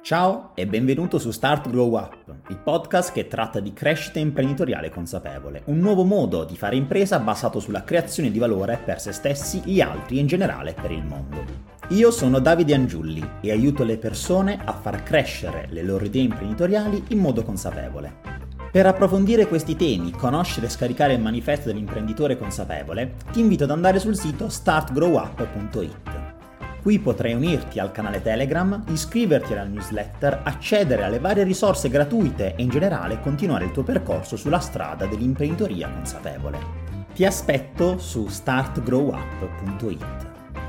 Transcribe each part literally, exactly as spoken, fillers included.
Ciao e benvenuto su Start Grow Up, il podcast che tratta di crescita imprenditoriale consapevole, un nuovo modo di fare impresa basato sulla creazione di valore per se stessi, gli altri e in generale per il mondo. Io sono Davide Angiulli e aiuto le persone a far crescere le loro idee imprenditoriali in modo consapevole. Per approfondire questi temi, conoscere e scaricare il manifesto dell'imprenditore consapevole, ti invito ad andare sul sito start grow up punto it. Qui potrai unirti al canale Telegram, iscriverti alla newsletter, accedere alle varie risorse gratuite e in generale continuare il tuo percorso sulla strada dell'imprenditoria consapevole. Ti aspetto su start grow up punto it.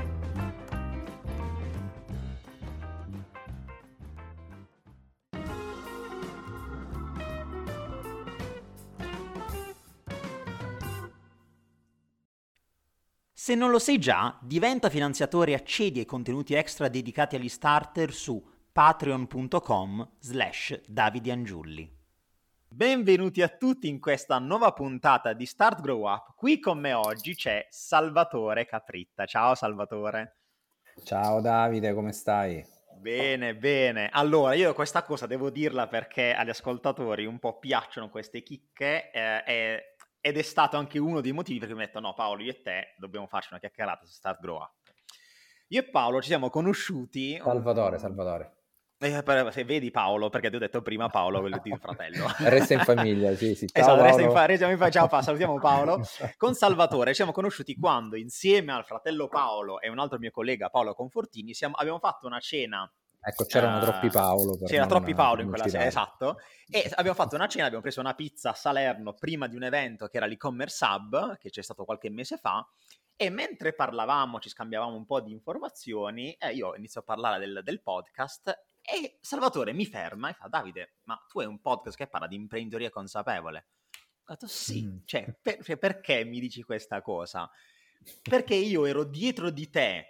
Se non lo sei già, diventa finanziatore e accedi ai contenuti extra dedicati agli starter su patreon punto com slash davideangiulli. Benvenuti a tutti in questa nuova puntata di Start Grow Up. Qui con me oggi c'è Salvatore Capritta. Ciao Salvatore. Ciao Davide, come stai? Bene, bene. Allora, io questa cosa devo dirla perché agli ascoltatori un po' piacciono queste chicche eh, e... ed è stato anche uno dei motivi per cui mi ho detto no Paolo, io e te dobbiamo farci una chiacchierata su Start Grow Up. Io e Paolo ci siamo conosciuti... Salvatore, um... Salvatore. Eh, per, se vedi Paolo, perché ti ho detto prima Paolo, quello di fratello. Resta in famiglia, sì, sì. Ciao Esatto, Paolo. resta in fa- restiamo in fa- ciao Pa, salutiamo Paolo. Con Salvatore ci siamo conosciuti quando insieme al fratello Paolo e un altro mio collega Paolo Confortini siamo, abbiamo fatto una cena. Ecco, c'erano uh, troppi Paolo. Per c'era non, troppi Paolo per in quella citare. sera, esatto. E abbiamo fatto una cena, abbiamo preso una pizza a Salerno prima di un evento che era l'e-commerce hub, che c'è stato qualche mese fa. E mentre parlavamo, ci scambiavamo un po' di informazioni, eh, io inizio a parlare del, del podcast e Salvatore mi ferma e fa: Davide, ma tu hai un podcast che parla di imprenditoria consapevole? Ho detto sì, mm. cioè, per, cioè perché mi dici questa cosa? Perché io ero dietro di te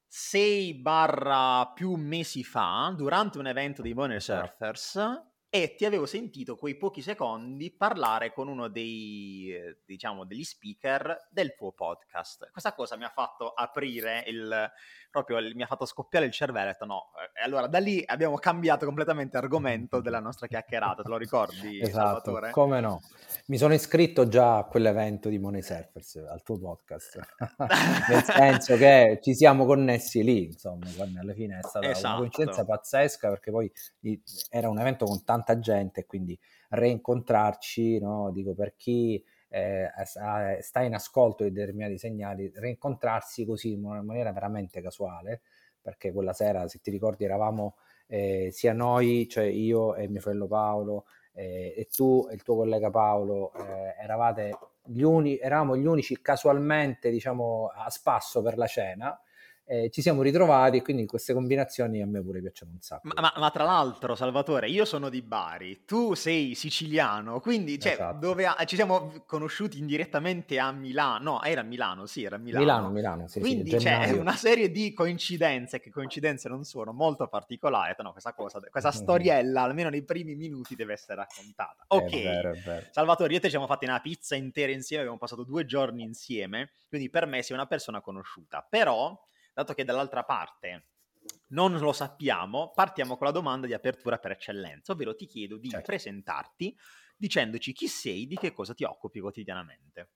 sei barra più mesi fa durante un evento dei Money Surfers e ti avevo sentito quei pochi secondi parlare con uno dei, eh, diciamo, degli speaker del tuo podcast. Questa cosa mi ha fatto aprire il, proprio il, mi ha fatto scoppiare il cervello e ho detto no, e allora da lì abbiamo cambiato completamente argomento della nostra chiacchierata, te lo ricordi esatto, Salvatore? Come no? Mi sono iscritto già a quell'evento di Money Surfers, al tuo podcast, nel senso che ci siamo connessi lì, insomma, alla fine è stata esatto. una coincidenza pazzesca perché poi era un evento con tanta gente e quindi reincontrarci, no? Dico, per chi eh, sta in ascolto di determinati segnali, reincontrarsi così in una maniera veramente casuale, perché quella sera, se ti ricordi, eravamo eh, sia noi, cioè io e mio fratello Paolo, eh, e tu e il tuo collega Paolo, eh, eravate gli uni, eravamo gli unici casualmente, diciamo, a spasso per la cena. Eh, ci siamo ritrovati e quindi queste combinazioni a me pure piacciono un sacco. Ma, ma, ma tra l'altro, Salvatore, io sono di Bari, tu sei siciliano, quindi cioè, esatto. dove ha, ci siamo conosciuti indirettamente a Milano, no, era a Milano, sì, era a Milano. Milano, Milano, sì, quindi sì, c'è una serie di coincidenze, che coincidenze non sono, molto particolari. No, questa cosa, questa storiella, almeno nei primi minuti, deve essere raccontata. Ok, è vero, è vero. Salvatore, io e te ci siamo fatti una pizza intera insieme, abbiamo passato due giorni insieme, quindi per me sei una persona conosciuta, però... dato che dall'altra parte non lo sappiamo, partiamo con la domanda di apertura per eccellenza, ovvero ti chiedo di certo. presentarti dicendoci chi sei, di che cosa ti occupi quotidianamente.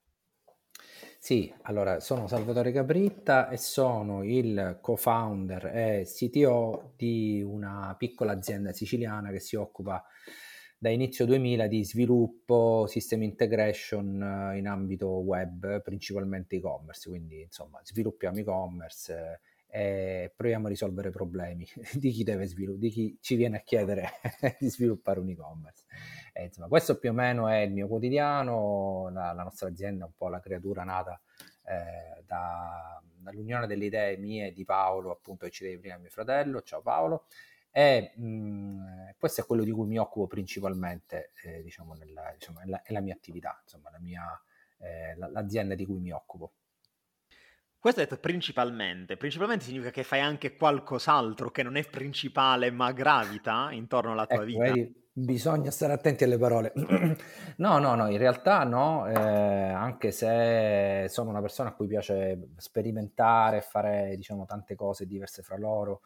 Sì, allora sono Salvatore Capritta e sono il co-founder e C T O di una piccola azienda siciliana che si occupa da inizio duemila di sviluppo, system integration in ambito web, principalmente e-commerce, quindi insomma sviluppiamo e-commerce e proviamo a risolvere problemi di chi deve sviluppare, di chi ci viene a chiedere di sviluppare un e-commerce. E, insomma, questo più o meno è il mio quotidiano. La, la nostra azienda è un po' la creatura nata eh, da, dall'unione delle idee mie e di Paolo, appunto, che ci devi prima mio fratello. Ciao Paolo. E mh, questo è quello di cui mi occupo principalmente, eh, diciamo, nella, diciamo è, la, è la mia attività, insomma, la mia, eh, la, l'azienda di cui mi occupo. Questo è detto principalmente. Principalmente significa che fai anche qualcos'altro che non è principale ma gravita intorno alla tua ecco, vita. Vedi, bisogna stare attenti alle parole. no, no, no, in realtà no, eh, anche se sono una persona a cui piace sperimentare, fare, diciamo, tante cose diverse fra loro.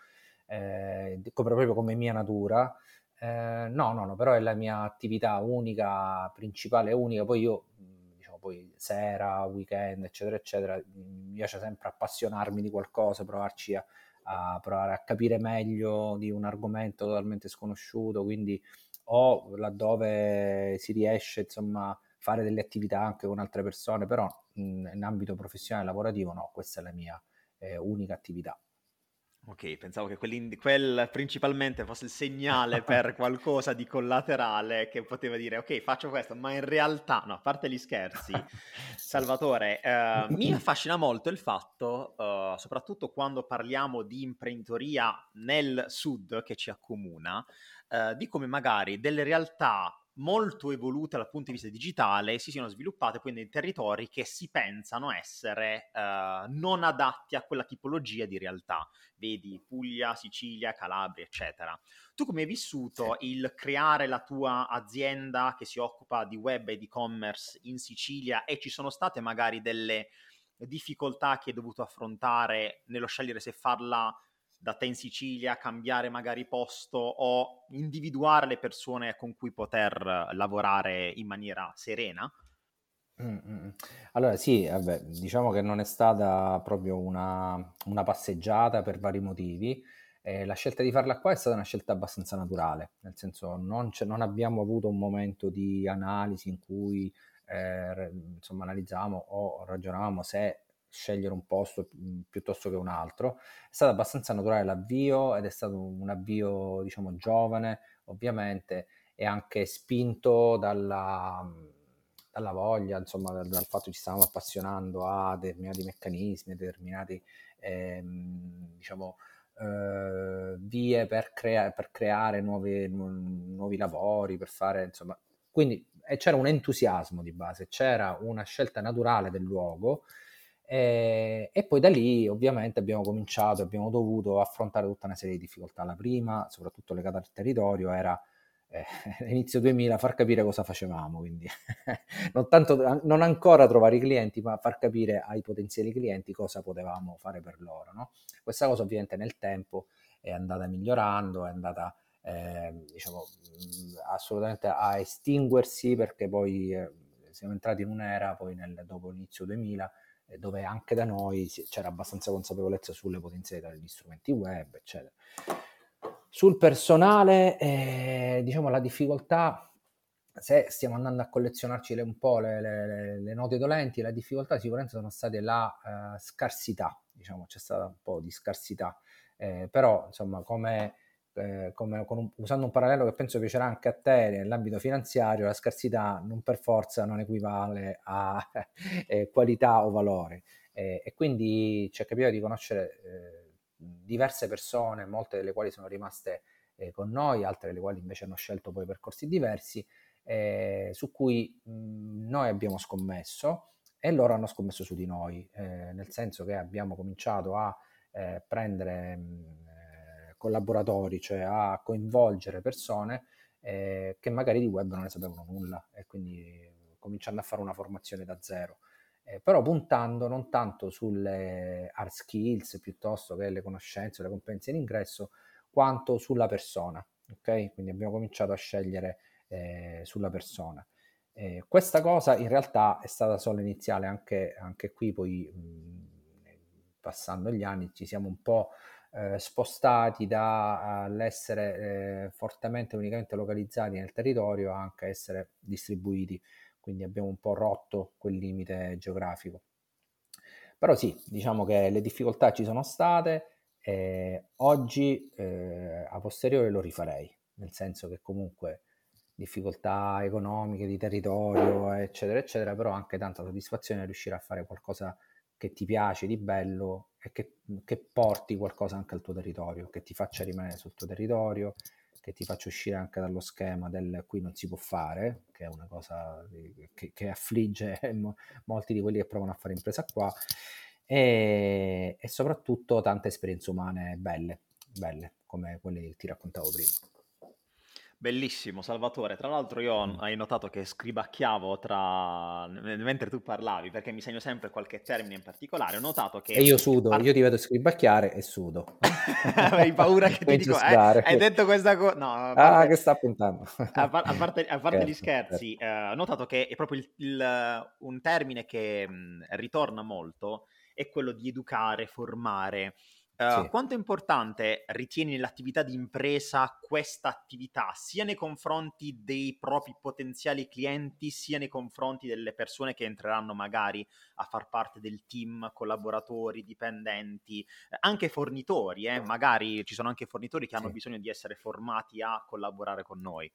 eh, proprio come mia natura. Eh, no, no, no, però è la mia attività unica, principale e unica. Poi io, mh, diciamo, poi sera, weekend, eccetera, eccetera, mh, mi piace sempre appassionarmi di qualcosa, provarci a, a provare a capire meglio di un argomento totalmente sconosciuto, quindi o laddove si riesce, insomma, fare delle attività anche con altre persone, però mh, in ambito professionale lavorativo no, questa è la mia eh, unica attività. Ok, pensavo che quell'indi- quel principalmente fosse il segnale per qualcosa di collaterale che poteva dire ok, faccio questo, ma in realtà, no, a parte gli scherzi, Sì. Salvatore, eh, mi affascina molto il fatto, eh, soprattutto quando parliamo di imprenditoria nel sud che ci accomuna, eh, di come magari delle realtà molto evolute dal punto di vista digitale si siano sviluppate poi nei territori che si pensano essere eh, non adatti a quella tipologia di realtà. Vedi Puglia, Sicilia, Calabria, eccetera. Tu come hai Sì. vissuto il creare la tua azienda che si occupa di web e di e-commerce in Sicilia e ci sono state magari delle difficoltà che hai dovuto affrontare nello scegliere se farla da te in Sicilia, cambiare magari posto o individuare le persone con cui poter lavorare in maniera serena? Mm, mm, mm. Allora sì, vabbè, diciamo che non è stata proprio una, una passeggiata per vari motivi. Eh, la scelta di farla qua è stata una scelta abbastanza naturale, nel senso non, c'è- non abbiamo avuto un momento di analisi in cui eh, re- insomma, analizzavamo o ragionavamo se scegliere un posto mh, piuttosto che un altro. È stato abbastanza naturale l'avvio ed è stato un avvio, diciamo, giovane, ovviamente, e anche spinto dalla, dalla voglia, insomma, dal, dal fatto che ci stavamo appassionando a determinati meccanismi, a determinati, ehm, diciamo, eh, vie per, crea- per creare nuovi, nu- nuovi lavori, per fare, insomma, quindi e c'era un entusiasmo di base, c'era una scelta naturale del luogo. E, e poi da lì ovviamente abbiamo cominciato, abbiamo dovuto affrontare tutta una serie di difficoltà. La prima, soprattutto legata al territorio, era eh, inizio duemila far capire cosa facevamo, quindi non tanto non ancora trovare i clienti, ma far capire ai potenziali clienti cosa potevamo fare per loro, no? Questa cosa ovviamente nel tempo è andata migliorando, è andata eh, diciamo mh, assolutamente a estinguersi, perché poi eh, siamo entrati in un'era poi nel, dopo l'inizio duemila eh, dove anche da noi si- c'era abbastanza consapevolezza sulle potenzialità degli strumenti web, eccetera. Sul personale, eh, diciamo la difficoltà, se stiamo andando a collezionarci le, un po' le, le, le note dolenti, la difficoltà sicuramente sono state la eh, scarsità, diciamo c'è stata un po' di scarsità, eh, però insomma come, eh, come con un, usando un parallelo che penso piacerà anche a te nell'ambito finanziario, la scarsità non per forza non equivale a eh, qualità o valore, eh, e quindi ci è capitato di conoscere eh, diverse persone, molte delle quali sono rimaste eh, con noi, altre delle quali invece hanno scelto poi percorsi diversi, eh, su cui mh, noi abbiamo scommesso e loro hanno scommesso su di noi, eh, nel senso che abbiamo cominciato a eh, prendere mh, collaboratori, cioè a coinvolgere persone eh, che magari di web non ne sapevano nulla, e quindi cominciando a fare una formazione da zero. Eh, però puntando non tanto sulle hard skills piuttosto che le conoscenze, le competenze in ingresso, quanto sulla persona. Ok? Quindi abbiamo cominciato a scegliere eh, sulla persona. Eh, questa cosa in realtà è stata solo iniziale, anche, anche qui poi mh, passando gli anni ci siamo un po' eh, spostati dall'essere eh, fortemente unicamente localizzati nel territorio a anche essere distribuiti, quindi abbiamo un po' rotto quel limite geografico. Però sì, diciamo che le difficoltà ci sono state, e oggi eh, a posteriore lo rifarei, nel senso che comunque difficoltà economiche, di territorio, eccetera, eccetera, però anche tanta soddisfazione riuscire a fare qualcosa che ti piace, di bello e che, che porti qualcosa anche al tuo territorio, che ti faccia rimanere sul tuo territorio, che ti faccia uscire anche dallo schema del qui non si può fare, che è una cosa che, che affligge molti di quelli che provano a fare impresa qua, e, e soprattutto tante esperienze umane belle, belle, come quelle che ti raccontavo prima. Bellissimo, Salvatore. Tra l'altro io Mm. hai notato che scribacchiavo tra... mentre tu parlavi, perché mi segno sempre qualche termine in particolare. Ho notato E che... io sudo, io par- ti vedo scribacchiare e sudo. No? Hai paura che ti Comincio a dico, eh, sudare. hai detto questa cosa? No, a Ah, parte... che sta puntando. A, par- a parte, a parte gli Scherzo, scherzo. scherzi, eh, ho notato che è proprio il- il- un termine che mh, ritorna molto, è quello di educare, formare. Eh, Sì. quanto è importante ritieni nell'attività di impresa questa attività, sia nei confronti dei propri potenziali clienti, sia nei confronti delle persone che entreranno magari a far parte del team, collaboratori, dipendenti, eh, anche fornitori, eh? Magari ci sono anche fornitori che hanno Sì. bisogno di essere formati a collaborare con noi.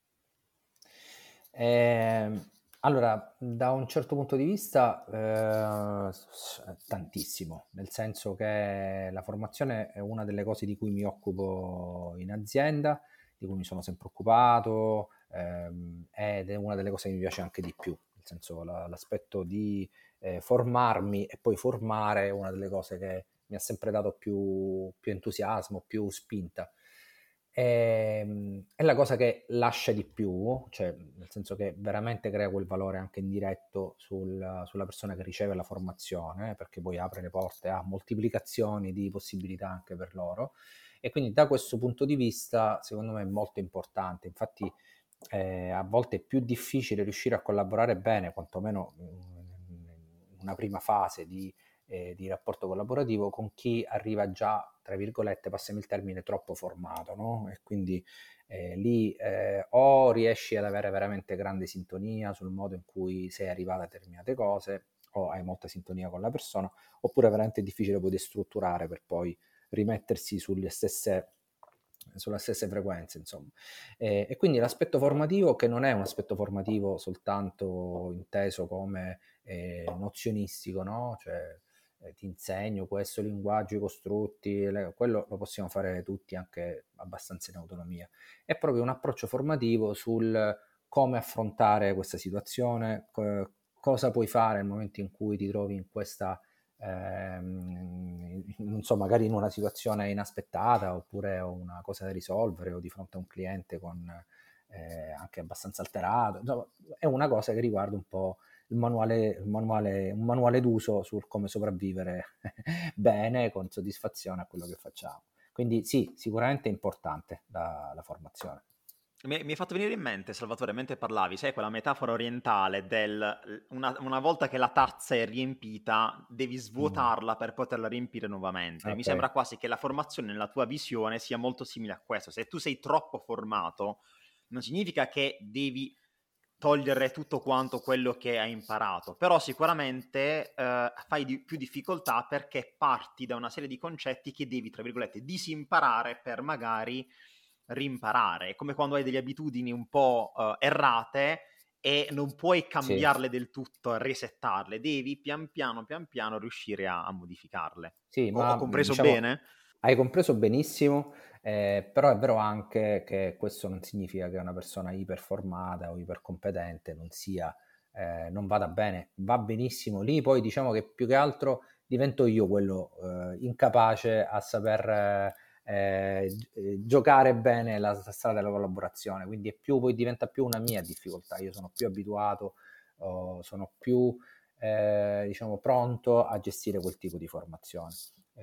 Ehm, allora, da un certo punto di vista, eh, s- tantissimo, nel senso che la formazione è una delle cose di cui mi occupo in azienda, di cui mi sono sempre occupato, ehm, ed è una delle cose che mi piace anche di più, nel senso la- l'aspetto di eh, formarmi e poi formare è una delle cose che mi ha sempre dato più, più entusiasmo, più spinta. Ehm, è la cosa che lascia di più, cioè nel senso che veramente crea quel valore anche indiretto sul- sulla persona che riceve la formazione, eh, perché poi apre le porte a moltiplicazioni di possibilità anche per loro. E quindi da questo punto di vista, secondo me è molto importante. Infatti, eh, a volte è più difficile riuscire a collaborare bene, quantomeno in una prima fase di eh, di rapporto collaborativo con chi arriva già, tra virgolette, passami il termine, troppo formato, no? E quindi eh, lì eh, o riesci ad avere veramente grande sintonia sul modo in cui sei arrivato a determinate cose, o hai molta sintonia con la persona, oppure è veramente difficile poi destrutturare per poi rimettersi sulle stesse sulle stesse frequenze, insomma. Eh, e quindi l'aspetto formativo, che non è un aspetto formativo soltanto inteso come eh, nozionistico, no? Cioè, eh, ti insegno questo linguaggio, i costrutti, le- quello lo possiamo fare tutti anche abbastanza in autonomia. È proprio un approccio formativo sul come affrontare questa situazione, co- cosa puoi fare nel momento in cui ti trovi in questa, ehm, non so, magari in una situazione inaspettata oppure ho una cosa da risolvere o di fronte a un cliente con, eh, anche abbastanza alterato. Insomma, è una cosa che riguarda un po' il manuale, il manuale, un manuale d'uso sul come sopravvivere bene, con soddisfazione a quello che facciamo. Quindi sì, sicuramente è importante la, la formazione. Mi, mi hai fatto venire in mente, Salvatore, mentre parlavi, sai, quella metafora orientale del una, una volta che la tazza è riempita, devi Mm, svuotarla per poterla riempire nuovamente. Mi ok, sembra quasi che la formazione nella tua visione sia molto simile a questo. Se tu sei troppo formato, non significa che devi togliere tutto quanto quello che hai imparato, però sicuramente eh, fai di- più difficoltà perché parti da una serie di concetti che devi, tra virgolette, disimparare per magari rimparare. È come quando hai delle abitudini un po' eh, errate e non puoi sì, cambiarle del tutto, resettarle, devi pian piano, pian piano riuscire a, a modificarle. sì, Ho, ho ma compreso diciamo bene? hai compreso benissimo, eh, però è vero anche che questo non significa che una persona iperformata o ipercompetente non sia, eh, non vada bene, va benissimo. Lì poi diciamo che più che altro divento io quello eh, incapace a saper eh, eh, gi- eh, giocare bene la, la strada della collaborazione, quindi è più, poi diventa più una mia difficoltà. Io sono più abituato, oh, sono più eh, diciamo pronto a gestire quel tipo di formazione.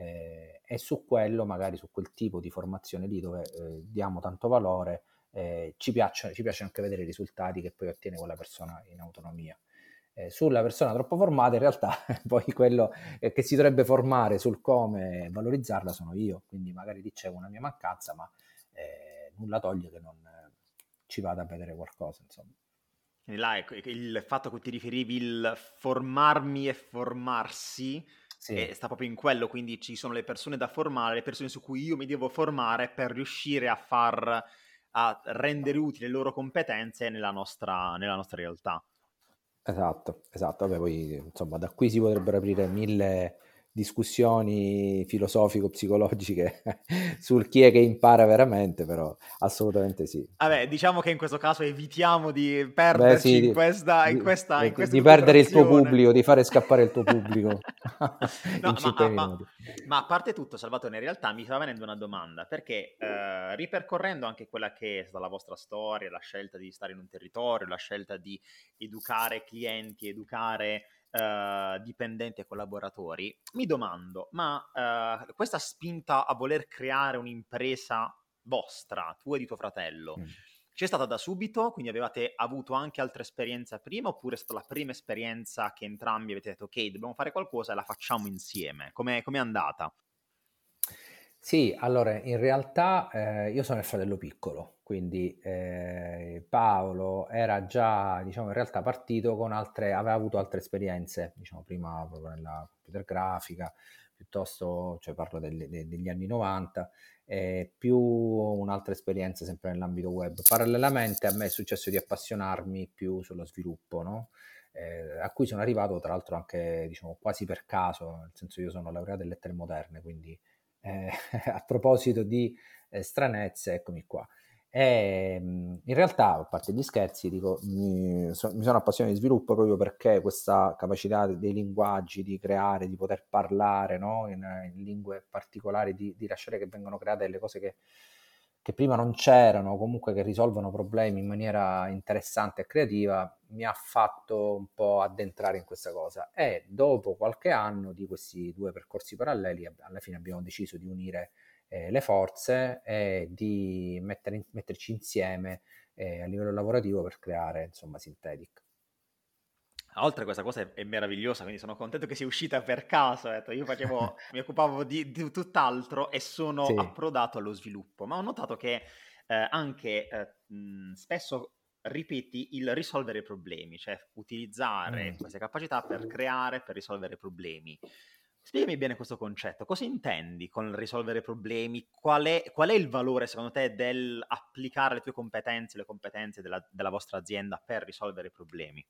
Eh, e su quello, magari su quel tipo di formazione lì dove eh, diamo tanto valore, eh, ci piace, ci piace anche vedere i risultati che poi ottiene quella persona in autonomia. Eh, sulla persona troppo formata, in realtà, poi quello eh, che si dovrebbe formare sul come valorizzarla sono io, quindi magari lì c'è una mia mancanza, ma eh, nulla toglie che non eh, ci vada a vedere qualcosa, insomma. Quindi là, ecco, il fatto a cui ti riferivi, il formarmi e formarsi, Sì. eh, sta proprio in quello, quindi ci sono le persone da formare, le persone su cui io mi devo formare per riuscire a far, a rendere utili le loro competenze nella nostra, nella nostra realtà. Esatto, esatto. Vabbè, poi insomma da qui si potrebbero aprire mille, discussioni filosofico-psicologiche sul chi è che impara veramente, però assolutamente sì. Vabbè, diciamo che in questo caso evitiamo di Beh, perderci sì, in di, questa, in di- questa, in di- questa di perdere il tuo lucubrazione. pubblico, di fare scappare il tuo pubblico No, in ma, cinque ah, ma- minuti. ma a parte tutto, Salvatore, in realtà mi stava venendo una domanda, perché eh, ripercorrendo anche quella che è stata la vostra storia, la scelta di stare in un territorio, la scelta di educare clienti, educare eh, dipendenti e collaboratori, mi domando, ma eh, questa spinta a voler creare un'impresa vostra, tua e di tuo fratello, Mm. c'è stata da subito, quindi avevate avuto anche altre esperienze prima, oppure è stata la prima esperienza che entrambi avete detto ok, dobbiamo fare qualcosa e la facciamo insieme? Com'è, com'è andata? Sì, allora in realtà eh, io sono il fratello piccolo, quindi eh, Paolo era già, diciamo, in realtà partito con altre, aveva avuto altre esperienze, diciamo, prima proprio nella computer grafica, piuttosto, cioè parlo delle- de- degli anni novanta, eh, più un'altra esperienza sempre nell'ambito web. Parallelamente a me è successo di appassionarmi più sullo sviluppo, no? Eh, a cui sono arrivato tra l'altro anche, diciamo, quasi per caso, nel senso io sono laureato in lettere moderne, quindi eh, a proposito di eh, stranezze, eccomi qua. E, mh, in realtà, a parte gli scherzi, dico, mi, so- mi sono appassionato di sviluppo proprio perché questa capacità dei linguaggi, di creare, di poter parlare, no? in, in lingue particolari, di, di lasciare che vengano create delle cose che, che prima non c'erano, comunque che risolvono problemi in maniera interessante e creativa, mi ha fatto un po' addentrare in questa cosa. E dopo qualche anno di questi due percorsi paralleli, alla fine abbiamo deciso di unire eh, le forze e di mettere in- metterci insieme eh, a livello lavorativo per creare, insomma, Synthetic. Oltre a questa cosa è, è meravigliosa, quindi sono contento che sia uscita per caso. Ho detto, io facevo, mi occupavo di, di tutt'altro e sono Sì. approdato allo sviluppo, ma ho notato che eh, anche eh, mh, spesso ripeti il risolvere problemi, cioè utilizzare Mm. queste capacità per creare, per risolvere problemi. Spiegami bene questo concetto. Cosa intendi con risolvere problemi? Qual è, qual è il valore, secondo te, dell'applicare le tue competenze, le competenze della, della vostra azienda per risolvere problemi?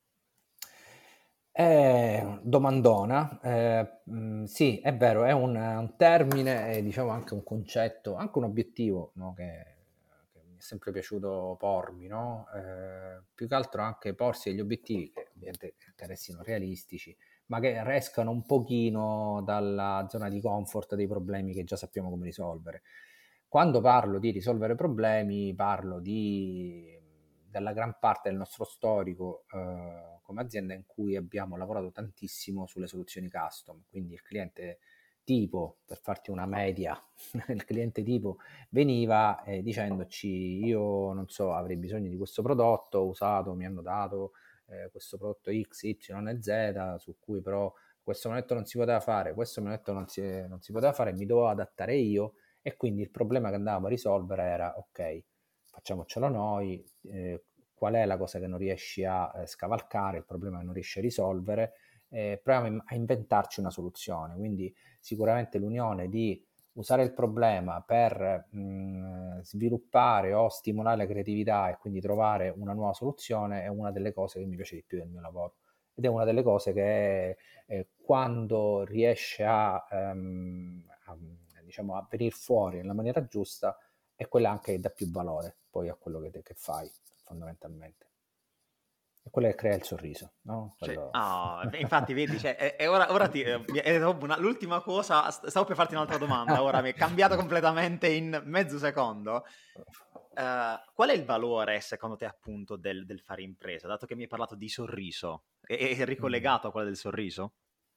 Eh, domandona, eh, mh, sì, è vero, è un, un termine, è, diciamo anche un concetto, anche un obiettivo, no, che, che mi è sempre piaciuto pormi, no? Eh, più che altro anche porsi degli obiettivi che ovviamente che restino realistici, ma che rescano un pochino dalla zona di comfort dei problemi che già sappiamo come risolvere. Quando parlo di risolvere problemi, parlo di, della gran parte del nostro storico eh, come azienda in cui abbiamo lavorato tantissimo sulle soluzioni custom, quindi il cliente tipo, per farti una media, il cliente tipo veniva eh, dicendoci io non so, avrei bisogno di questo prodotto usato, mi hanno dato eh, questo prodotto X, Y e Z, su cui però questo mi hanno detto non si poteva fare, questo mi hanno detto non si, non si poteva fare, mi dovevo adattare io e quindi il problema che andavamo a risolvere era ok, facciamocelo noi, eh, qual è la cosa che non riesci a eh, scavalcare, il problema che non riesci a risolvere, eh, proviamo a inventarci una soluzione. Quindi sicuramente l'unione di usare il problema per mh, sviluppare o stimolare la creatività e quindi trovare una nuova soluzione è una delle cose che mi piace di più del mio lavoro. Ed è una delle cose che eh, quando riesce a, um, a, diciamo, a venire fuori nella maniera giusta è quella anche che dà più valore poi a quello che, che fai fondamentalmente. È quella che crea il sorriso, no? Cioè, Quello... ah, infatti, vedi, cioè, e, e ora, ora ti, eh, mi- è una- l'ultima cosa, st- stavo per farti un'altra domanda, ora mi è cambiato completamente in mezzo secondo. Eh, qual è il valore, secondo te, appunto, del, del fare impresa? Dato che mi hai parlato di sorriso, è, è Mm. ricollegato a quello del sorriso?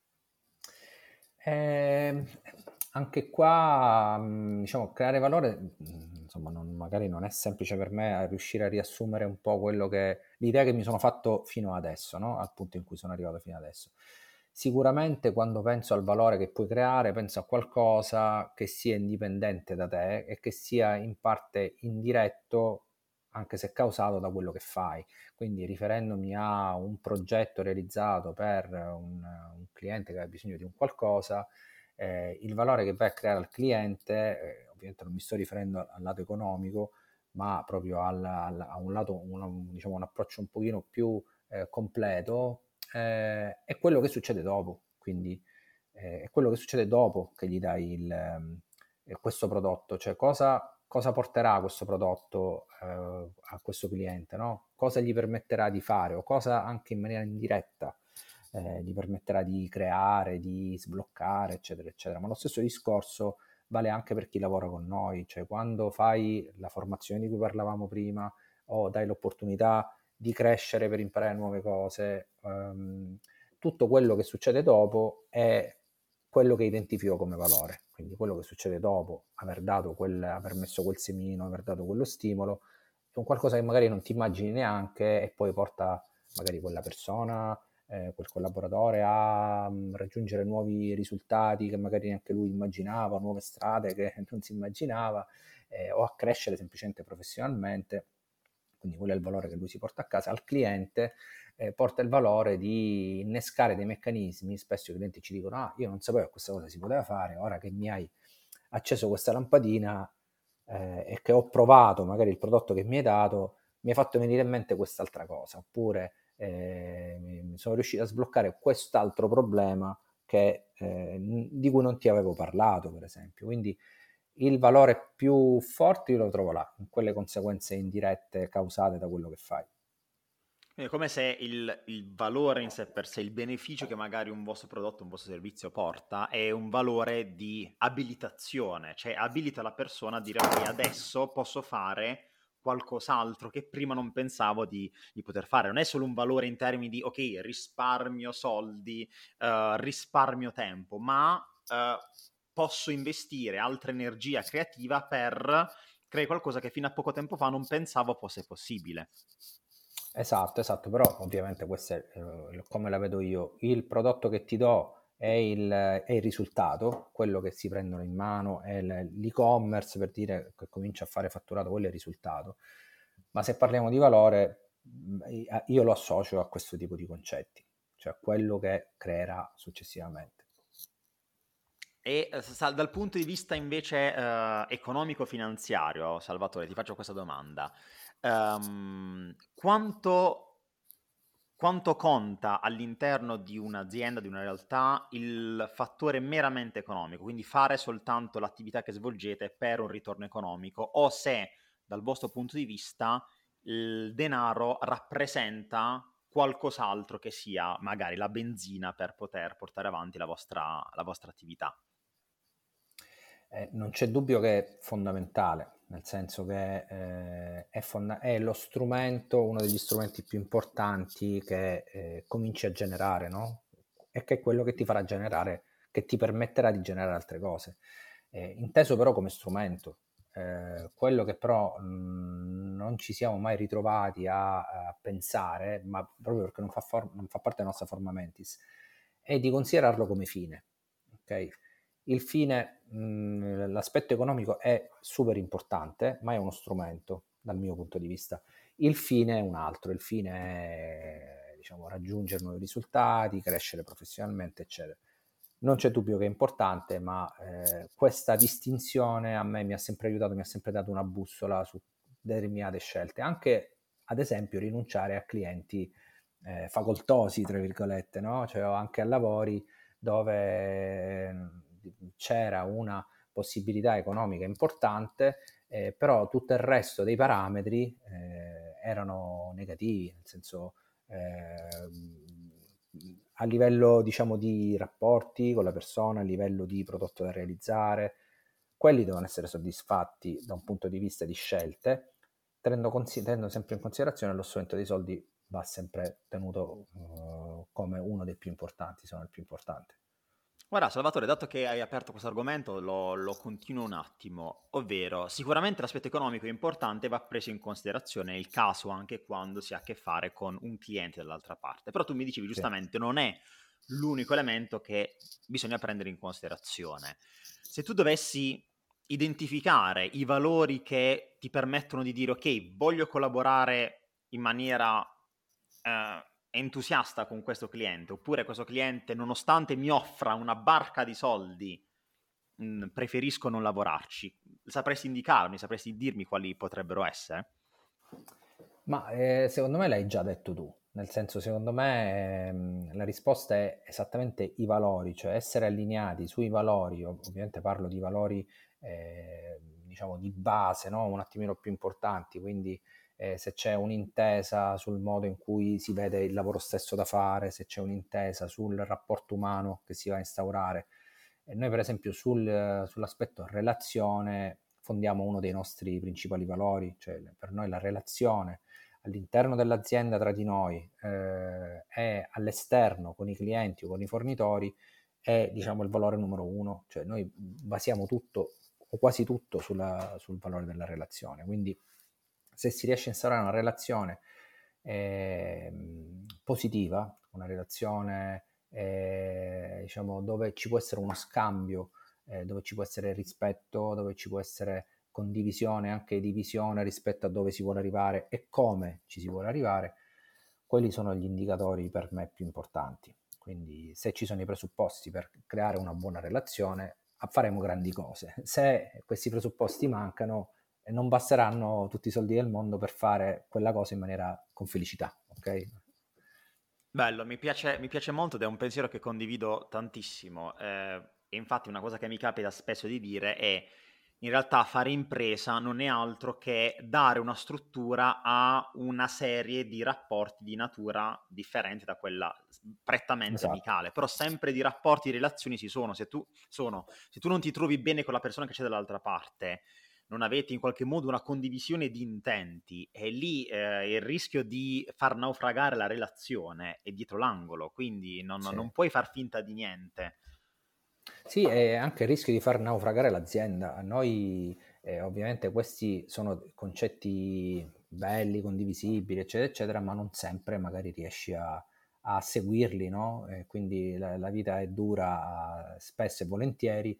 Eh, anche qua, mh, diciamo, creare valore, mh, insomma, non- magari non è semplice per me a riuscire a riassumere un po' quello che, l'idea che mi sono fatto fino adesso, no? Al punto in cui sono arrivato fino adesso. Sicuramente quando penso al valore che puoi creare, penso a qualcosa che sia indipendente da te e che sia in parte indiretto, anche se causato da quello che fai. Quindi riferendomi a un progetto realizzato per un, un cliente che ha bisogno di un qualcosa, eh, il valore che vai a creare al cliente, eh, ovviamente non mi sto riferendo al, al lato economico, ma proprio al, al, a un lato, un, diciamo, un approccio un pochino più eh, completo, eh, è quello che succede dopo. Quindi eh, è quello che succede dopo che gli dai il, ehm, eh, questo prodotto, cioè cosa, cosa porterà questo prodotto eh, a questo cliente, no? Cosa gli permetterà di fare o cosa anche in maniera indiretta eh, gli permetterà di creare, di sbloccare, eccetera, eccetera. Ma lo stesso discorso vale anche per chi lavora con noi, cioè quando fai la formazione di cui parlavamo prima o dai l'opportunità di crescere per imparare nuove cose, ehm, tutto quello che succede dopo è quello che identifico come valore, quindi quello che succede dopo aver dato quel, aver messo quel semino, aver dato quello stimolo, è un qualcosa che magari non ti immagini neanche e poi porta magari quella persona, eh, quel collaboratore a um, raggiungere nuovi risultati che magari neanche lui immaginava, nuove strade che non si immaginava, eh, o a crescere semplicemente professionalmente. Quindi quello è il valore che lui si porta a casa. Al cliente eh, porta il valore di innescare dei meccanismi. Spesso i clienti ci dicono: ah, io non sapevo che questa cosa si poteva fare, ora che mi hai acceso questa lampadina eh, e che ho provato magari il prodotto che mi hai dato, mi hai fatto venire in mente quest'altra cosa, oppure eh, sono riuscito a sbloccare quest'altro problema che, eh, di cui non ti avevo parlato, per esempio. Quindi il valore più forte io lo trovo là, in quelle conseguenze indirette causate da quello che fai. Quindi è come se il, il valore in sé per sé, il beneficio che magari un vostro prodotto, un vostro servizio porta, è un valore di abilitazione, cioè abilita la persona a dire ok, adesso posso fare qualcos'altro che prima non pensavo di, di poter fare. Non è solo un valore in termini di ok, risparmio soldi, uh, risparmio tempo, ma uh, posso investire altra energia creativa per creare qualcosa che fino a poco tempo fa non pensavo fosse possibile. Esatto, esatto, però ovviamente questo è eh, come la vedo io. Il prodotto che ti do è il, è il risultato, quello che si prendono in mano, è l'e-commerce per dire che comincia a fare fatturato, quello è il risultato. Ma se parliamo di valore, io lo associo a questo tipo di concetti, cioè a quello che creerà successivamente. E eh, dal punto di vista invece eh, economico-finanziario, Salvatore, ti faccio questa domanda. Um, quanto, quanto conta all'interno di un'azienda, di una realtà, il fattore meramente economico? Quindi fare soltanto l'attività che svolgete per un ritorno economico, o se dal vostro punto di vista il denaro rappresenta qualcos'altro che sia magari la benzina per poter portare avanti la vostra, la vostra attività? Eh, non c'è dubbio che è fondamentale, nel senso che eh, è, fonda- è lo strumento, uno degli strumenti più importanti che eh, cominci a generare, no? E che è quello che ti farà generare, che ti permetterà di generare altre cose. Eh, inteso però come strumento. Eh, quello che però mh, non ci siamo mai ritrovati a, a pensare, ma proprio perché non fa, for- non fa parte della nostra forma mentis, è di considerarlo come fine. Ok? Il fine, mh, l'aspetto economico è super importante, ma è uno strumento dal mio punto di vista. Il fine è un altro, il fine è, diciamo, raggiungere nuovi risultati, crescere professionalmente, eccetera. Non c'è dubbio che è importante, ma eh, questa distinzione a me mi ha sempre aiutato, mi ha sempre dato una bussola su determinate scelte, anche ad esempio rinunciare a clienti eh, facoltosi, tra virgolette, no? Cioè anche a lavori dove eh, c'era una possibilità economica importante, eh, però tutto il resto dei parametri eh, erano negativi, nel senso eh, a livello diciamo di rapporti con la persona, a livello di prodotto da realizzare, quelli devono essere soddisfatti da un punto di vista di scelte, tenendo, consi- tenendo sempre in considerazione lo strumento dei soldi va sempre tenuto uh, come uno dei più importanti, se non il più importante. Guarda, Salvatore, dato che hai aperto questo argomento, lo, lo continuo un attimo, ovvero sicuramente l'aspetto economico è importante, va preso in considerazione il caso anche quando si ha a che fare con un cliente dall'altra parte, però tu mi dicevi Sì. giustamente non è l'unico elemento che bisogna prendere in considerazione. Se tu dovessi identificare i valori che ti permettono di dire ok, voglio collaborare in maniera eh, entusiasta con questo cliente, oppure questo cliente, nonostante mi offra una barca di soldi, mh, preferisco non lavorarci. Sapresti indicarmi, sapresti dirmi quali potrebbero essere? Ma eh, secondo me l'hai già detto tu, nel senso, secondo me, ehm, la risposta è esattamente i valori, cioè essere allineati sui valori. Ov- ovviamente parlo di valori, eh, diciamo, di base, no? Un attimino più importanti, quindi eh, se c'è un'intesa sul modo in cui si vede il lavoro stesso da fare, se c'è un'intesa sul rapporto umano che si va a instaurare. E noi, per esempio, sul- sull'aspetto relazione fondiamo uno dei nostri principali valori, cioè per noi la relazione all'interno dell'azienda tra di noi eh, e all'esterno con i clienti o con i fornitori è, diciamo, il valore numero uno, cioè noi basiamo tutto o quasi tutto sulla- sul valore della relazione, quindi se si riesce a instaurare una relazione eh, positiva, una relazione eh, diciamo, dove ci può essere uno scambio, eh, dove ci può essere rispetto, dove ci può essere condivisione, anche di visione rispetto a dove si vuole arrivare e come ci si vuole arrivare, quelli sono gli indicatori per me più importanti. Quindi se ci sono i presupposti per creare una buona relazione, faremo grandi cose. Se questi presupposti mancano, non basteranno tutti i soldi del mondo per fare quella cosa in maniera con felicità, ok? Bello, mi piace, mi piace molto ed è un pensiero che condivido tantissimo. Eh, e infatti una cosa che mi capita spesso di dire è in realtà fare impresa non è altro che dare una struttura a una serie di rapporti di natura differente da quella s- prettamente Esatto. amicale, però sempre di rapporti, di relazioni ci sono. Se tu, sono. Se tu non ti trovi bene con la persona che c'è dall'altra parte, non avete in qualche modo una condivisione di intenti, e lì eh, il rischio di far naufragare la relazione è dietro l'angolo, quindi non, Sì. non puoi far finta di niente. Sì, e anche il rischio di far naufragare l'azienda. A noi, eh, ovviamente, questi sono concetti belli, condivisibili, eccetera, eccetera, ma non sempre magari riesci a, a seguirli, no? E quindi la, la vita è dura, eh, spesso e volentieri,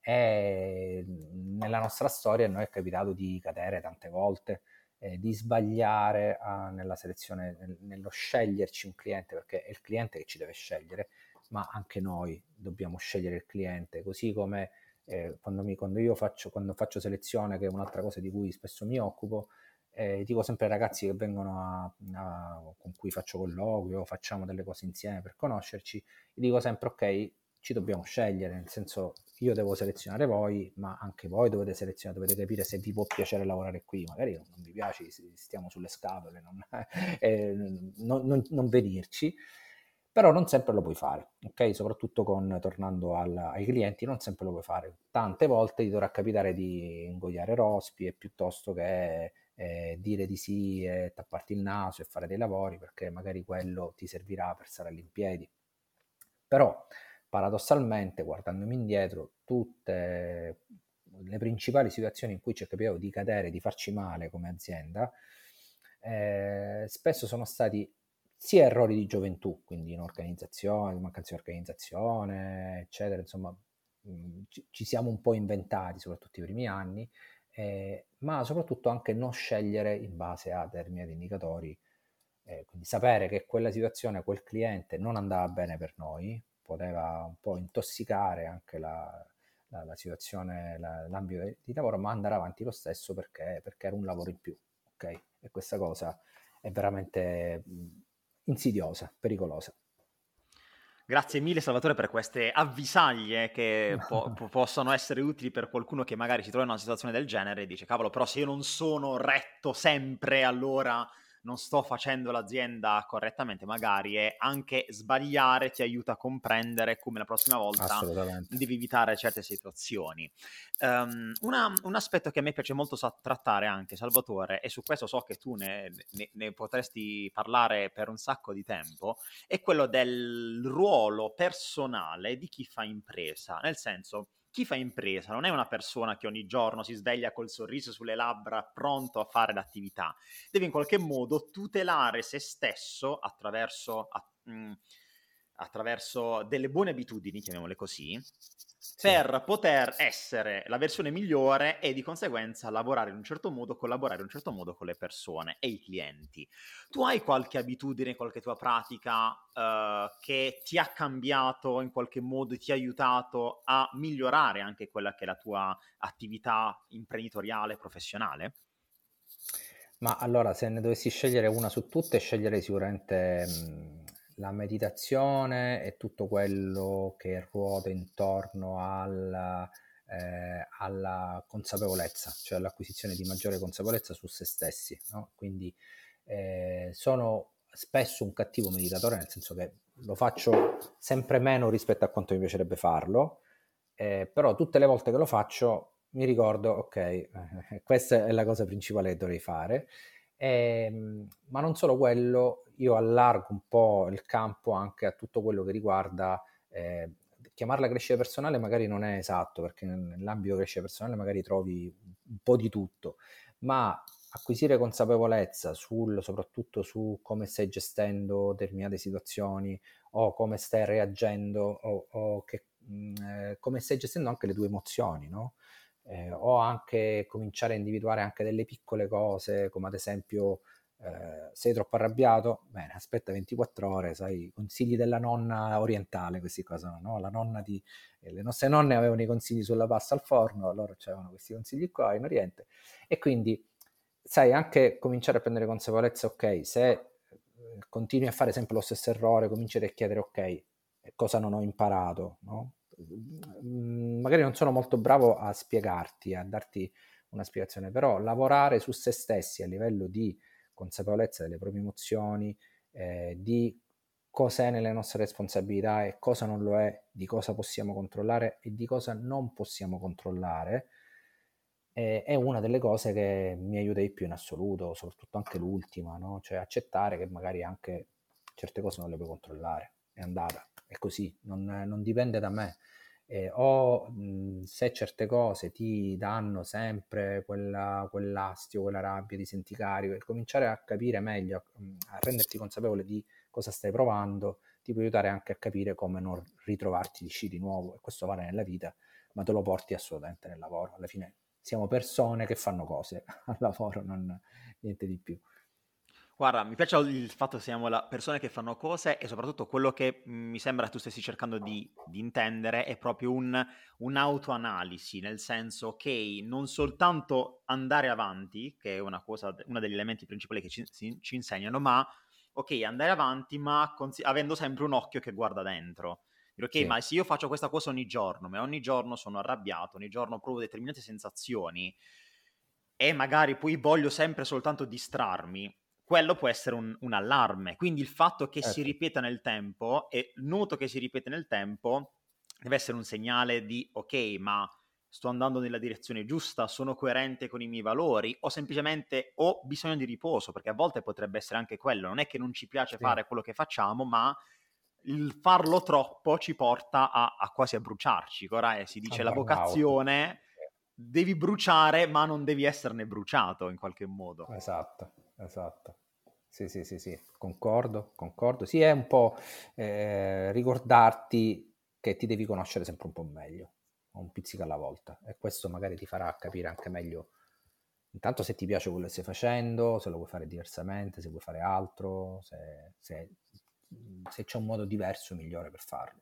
e nella nostra storia a noi è capitato di cadere tante volte, eh, di sbagliare ah, nella selezione, nel- nello sceglierci un cliente, perché è il cliente che ci deve scegliere, ma anche noi dobbiamo scegliere il cliente, così come eh, quando, mi, quando io faccio, quando faccio selezione, che è un'altra cosa di cui spesso mi occupo, eh, dico sempre ai ragazzi che vengono a, a, con cui faccio colloqui o facciamo delle cose insieme per conoscerci, dico sempre ok, ci dobbiamo scegliere, nel senso io devo selezionare voi, ma anche voi dovete selezionare, dovete capire se vi può piacere lavorare qui, magari non vi piace, stiamo sulle scatole, non, eh, non, non, non venirci, però non sempre lo puoi fare, ok? Soprattutto con, tornando al, ai clienti, non sempre lo puoi fare. Tante volte ti dovrà capitare di ingoiare rospi e piuttosto che eh, dire di sì e tapparti il naso e fare dei lavori, perché magari quello ti servirà per stare all'impiedi. Però, paradossalmente, guardandomi indietro, tutte le principali situazioni in cui ci è capitato di cadere, di farci male come azienda, eh, spesso sono stati sia errori di gioventù, quindi in organizzazione, mancanza di organizzazione, eccetera, insomma, mh, ci, ci siamo un po' inventati, soprattutto i primi anni, eh, ma soprattutto anche non scegliere in base a determinati indicatori, eh, quindi sapere che quella situazione, quel cliente non andava bene per noi, poteva un po' intossicare anche la, la, la situazione, la, l'ambito di, di lavoro, ma andare avanti lo stesso perché, perché era un lavoro in più, ok? E questa cosa è veramente mh, insidiosa, pericolosa. Grazie mille Salvatore per queste avvisaglie che po- po- possono essere utili per qualcuno che magari si trova in una situazione del genere e dice cavolo, però se io non sono retto sempre, allora non sto facendo l'azienda correttamente, magari, e anche sbagliare ti aiuta a comprendere come la prossima volta Assolutamente. devi evitare certe situazioni. Um, una- un aspetto che a me piace molto sa- trattare anche, Salvatore, e su questo so che tu ne, ne- ne potresti parlare per un sacco di tempo, è quello del ruolo personale di chi fa impresa, nel senso, chi fa impresa non è una persona che ogni giorno si sveglia col sorriso sulle labbra pronto a fare l'attività, deve in qualche modo tutelare se stesso attraverso, a, mh, attraverso delle buone abitudini, chiamiamole così, Sì. per poter essere la versione migliore e di conseguenza lavorare in un certo modo, collaborare in un certo modo con le persone e i clienti. Tu hai qualche abitudine, qualche tua pratica eh, che ti ha cambiato in qualche modo e ti ha aiutato a migliorare anche quella che è la tua attività imprenditoriale, professionale? Ma allora, se ne dovessi scegliere una su tutte, sceglierei sicuramente mh, la meditazione e tutto quello che ruota intorno alla, eh, alla consapevolezza, cioè all'acquisizione di maggiore consapevolezza su se stessi, no? Quindi eh, sono spesso un cattivo meditatore, nel senso che lo faccio sempre meno rispetto a quanto mi piacerebbe farlo, eh, però tutte le volte che lo faccio mi ricordo, ok, eh, questa è la cosa principale che dovrei fare. Ehm, ma non solo quello, io allargo un po' il campo anche a tutto quello che riguarda, eh, chiamarla crescita personale magari non è esatto, perché nell'ambito crescita personale magari trovi un po' di tutto, ma acquisire consapevolezza sul, soprattutto su come stai gestendo determinate situazioni o come stai reagendo o, o che, mh, eh, come stai gestendo anche le tue emozioni, no? Eh, o anche cominciare a individuare anche delle piccole cose, come ad esempio eh, sei troppo arrabbiato? Bene, aspetta ventiquattro ore, sai, consigli della nonna orientale, questi qua sono, no? La nonna di, eh, le nostre nonne avevano i consigli sulla pasta al forno, loro avevano questi consigli qua in Oriente, e quindi sai anche cominciare a prendere consapevolezza, ok, se eh, continui a fare sempre lo stesso errore, cominci a chiedere, ok, cosa non ho imparato, no? Mm, magari non sono molto bravo a spiegarti, a darti una spiegazione, però lavorare su se stessi a livello di consapevolezza delle proprie emozioni, eh, di cos'è nelle nostre responsabilità e cosa non lo è, di cosa possiamo controllare e di cosa non possiamo controllare, eh, è una delle cose che mi aiuta di più in assoluto, soprattutto anche l'ultima, no? Cioè accettare che magari anche certe cose non le puoi controllare, è andata, è così, non, non dipende da me. Eh, o mh, se certe cose ti danno sempre quella, quell'astio, quella rabbia, ti senti carico, e cominciare a capire meglio, a, a renderti consapevole di cosa stai provando, ti può aiutare anche a capire come non ritrovarti di sci di nuovo, e questo vale nella vita, ma te lo porti assolutamente nel lavoro. Alla fine siamo persone che fanno cose al lavoro, non niente di più. Guarda, mi piace il fatto che siamo la persone che fanno cose e soprattutto quello che mh, mi sembra tu stessi cercando di, di intendere è proprio un, un'autoanalisi, nel senso che non soltanto andare avanti, che è una cosa, uno degli elementi principali che ci, si- ci insegnano, ma ok, andare avanti, ma consi- avendo sempre un occhio che guarda dentro. Dire, ok, Sì, ma se io faccio questa cosa ogni giorno, ma ogni giorno sono arrabbiato, ogni giorno provo determinate sensazioni e magari poi voglio sempre soltanto distrarmi, quello può essere un, un allarme. Quindi il fatto che si certo. ripeta nel tempo, e noto che si ripete nel tempo, deve essere un segnale di ok, ma sto andando nella direzione giusta, sono coerente con i miei valori, o semplicemente ho bisogno di riposo, perché a volte potrebbe essere anche quello, non è che non ci piace Sì, fare quello che facciamo, ma il farlo troppo ci porta a, a quasi a bruciarci. Ora eh, si al dice la burnout. vocazione, devi bruciare, ma non devi esserne bruciato in qualche modo. Esatto, esatto. Sì, sì, sì, sì, concordo, concordo. Sì, è un po' eh, ricordarti che ti devi conoscere sempre un po' meglio, un pizzico alla volta, e questo magari ti farà capire anche meglio, intanto se ti piace quello che stai facendo, se lo vuoi fare diversamente, se vuoi fare altro, se, se, se c'è un modo diverso, migliore per farlo.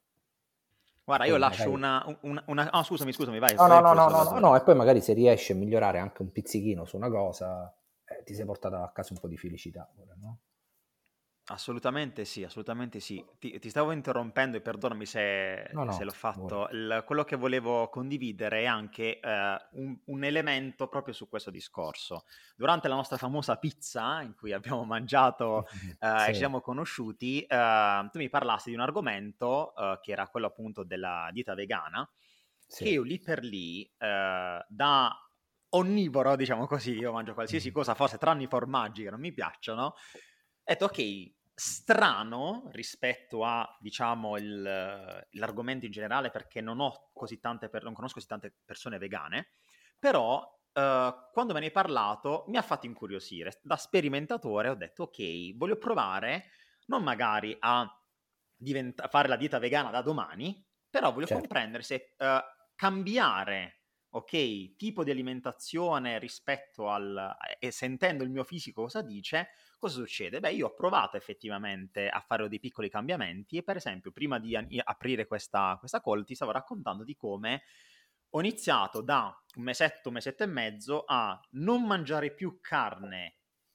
E Guarda, io poi lascio magari... una... una, una... Oh, scusami, scusami, vai, No, no, vai no, pure, no, no, no, no, Salvatore. e poi magari se riesci a migliorare anche un pizzichino su una cosa, eh, ti sei portato a casa un po' di felicità, pure, no? Assolutamente sì, assolutamente sì. Ti, ti stavo interrompendo e perdonami se, No, se no, l'ho figurati. fatto. Il- quello che volevo condividere è anche eh, un, un elemento proprio su questo discorso. Durante la nostra famosa pizza, in cui abbiamo mangiato eh, e ci Sì, siamo conosciuti, eh, tu mi parlasti di un argomento eh, che era quello appunto della dieta vegana, che sì. io lì per lì, eh, da onnivoro, diciamo così, io mangio qualsiasi Mhm. cosa, forse tranne i formaggi che non mi piacciono, ho detto ok, strano rispetto a, diciamo, il- l'argomento in generale, perché non ho così tante, per- non conosco così tante persone vegane, però eh, quando me ne hai parlato mi ha fatto incuriosire. Da sperimentatore ho detto ok, voglio provare, non magari a diventa- fare la dieta vegana da domani, però voglio Certo. comprendere se eh, cambiare, ok, tipo di alimentazione rispetto al... e sentendo il mio fisico cosa dice, cosa succede? Beh, io ho provato effettivamente a fare dei piccoli cambiamenti e per esempio prima di an- aprire questa, questa call ti stavo raccontando di come ho iniziato da un mesetto, un mesetto e mezzo a non mangiare più carne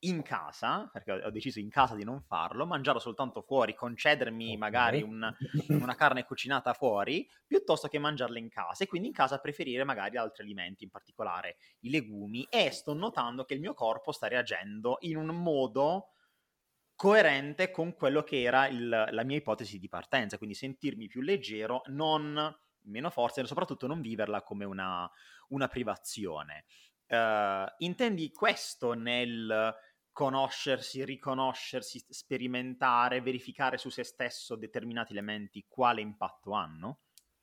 in casa, perché ho deciso in casa di non farlo, mangiarlo soltanto fuori, concedermi okay. magari un, una carne cucinata fuori, piuttosto che mangiarla in casa, e quindi in casa preferire magari altri alimenti, in particolare i legumi, e sto notando che il mio corpo sta reagendo in un modo coerente con quello che era il, la mia ipotesi di partenza, quindi sentirmi più leggero, non meno forza e soprattutto non viverla come una, una privazione. Uh, intendi questo nel conoscersi, riconoscersi, sperimentare, verificare su se stesso determinati elementi quale impatto hanno?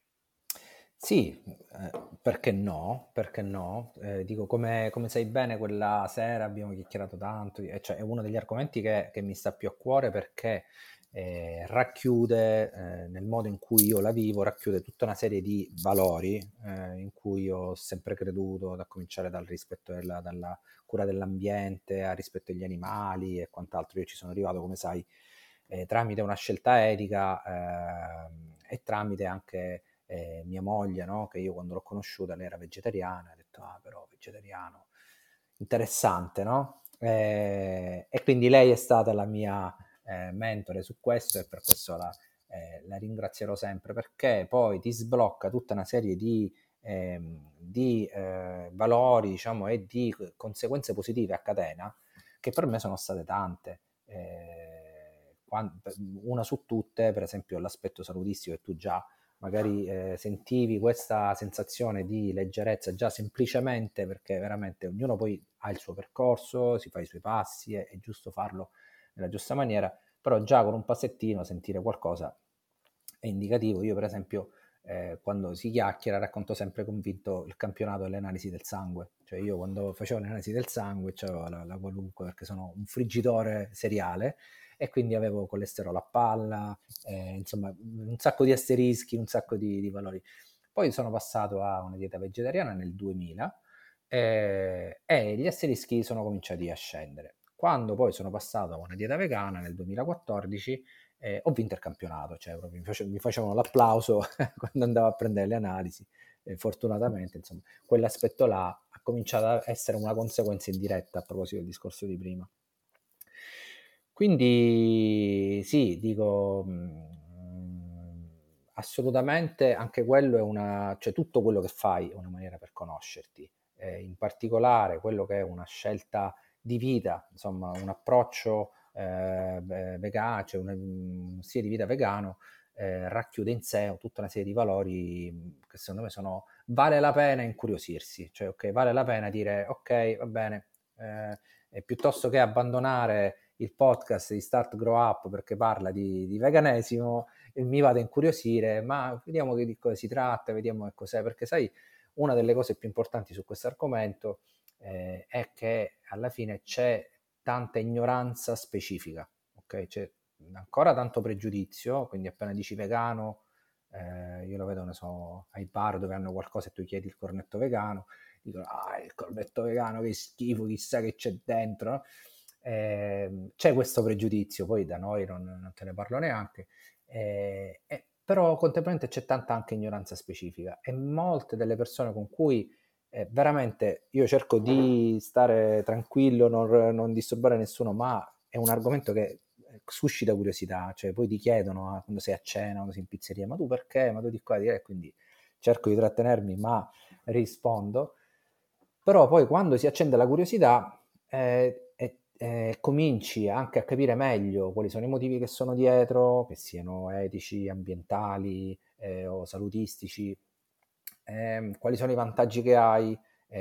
Sì, eh, perché no? Perché no? Eh, dico, come, come sai bene, quella sera abbiamo chiacchierato tanto, e cioè è uno degli argomenti che, che mi sta più a cuore perché eh, racchiude, eh, nel modo in cui io la vivo, racchiude tutta una serie di valori eh, in cui io ho sempre creduto, da cominciare dal rispetto della, dalla cura dell'ambiente, al rispetto degli animali e quant'altro. Io ci sono arrivato, come sai, eh, tramite una scelta etica eh, e tramite anche eh, mia moglie, no? Che io quando l'ho conosciuta lei era vegetariana, ho detto ah però vegetariano, interessante, no? Eh, e quindi lei è stata la mia eh, mentore su questo e per questo la, eh, la ringrazierò sempre, perché poi ti sblocca tutta una serie di, ehm, di eh, valori, diciamo, e di conseguenze positive a catena che per me sono state tante. Eh, quando, una su tutte, per esempio, l'aspetto salutistico, che tu già magari eh, sentivi questa sensazione di leggerezza già semplicemente perché veramente ognuno poi ha il suo percorso, si fa i suoi passi, è, è giusto farlo nella giusta maniera, però già con un passettino sentire qualcosa è indicativo. Io per esempio eh, quando si chiacchiera racconto sempre convinto il campionato delle analisi del sangue, cioè io quando facevo le analisi del sangue c'avevo la, la qualunque, perché sono un friggitore seriale e quindi avevo colesterolo a palla, eh, insomma un sacco di asterischi, un sacco di, di valori. Poi sono passato a una dieta vegetariana nel duemila eh, e gli asterischi sono cominciati a scendere. Quando poi sono passato a una dieta vegana nel duemilaquattordici eh, ho vinto il campionato, cioè proprio mi, face- mi facevano l'applauso quando andavo a prendere le analisi. Eh, fortunatamente, insomma, quell'aspetto là ha cominciato a essere una conseguenza indiretta a proposito del discorso di prima. Quindi sì, dico mh, assolutamente anche quello è una, cioè tutto quello che fai è una maniera per conoscerti, eh, in particolare quello che è una scelta di vita, insomma un approccio eh, vegano, cioè un, un stile di vita vegano, eh, racchiude in sé tutta una serie di valori che secondo me sono, vale la pena incuriosirsi, cioè ok, vale la pena dire ok, va bene, eh, piuttosto che abbandonare il podcast di Start Grow Up perché parla di, di veganesimo e mi vado a incuriosire, ma vediamo che di cosa si tratta, vediamo che cos'è, perché sai, una delle cose più importanti su questo argomento eh, è che alla fine c'è tanta ignoranza specifica, ok? C'è ancora tanto pregiudizio, quindi appena dici vegano, eh, io lo vedo, ne so, ai bar dove hanno qualcosa e tu chiedi il cornetto vegano, dicono, ah, il cornetto vegano, che schifo, chissà che c'è dentro, no? Eh, c'è questo pregiudizio, poi da noi non, non te ne parlo neanche, eh, eh, però contemporaneamente c'è tanta anche ignoranza specifica e molte delle persone con cui eh, veramente io cerco di stare tranquillo, non, non disturbare nessuno, ma è un argomento che suscita curiosità, cioè poi ti chiedono ah, quando sei a cena, quando sei in pizzeria, ma tu perché, ma tu di qua, di là, e quindi cerco di trattenermi, ma rispondo. Però poi quando si accende la curiosità eh, eh, eh, cominci anche a capire meglio quali sono i motivi che sono dietro, che siano etici, ambientali eh, o salutistici, ehm, quali sono i vantaggi che hai,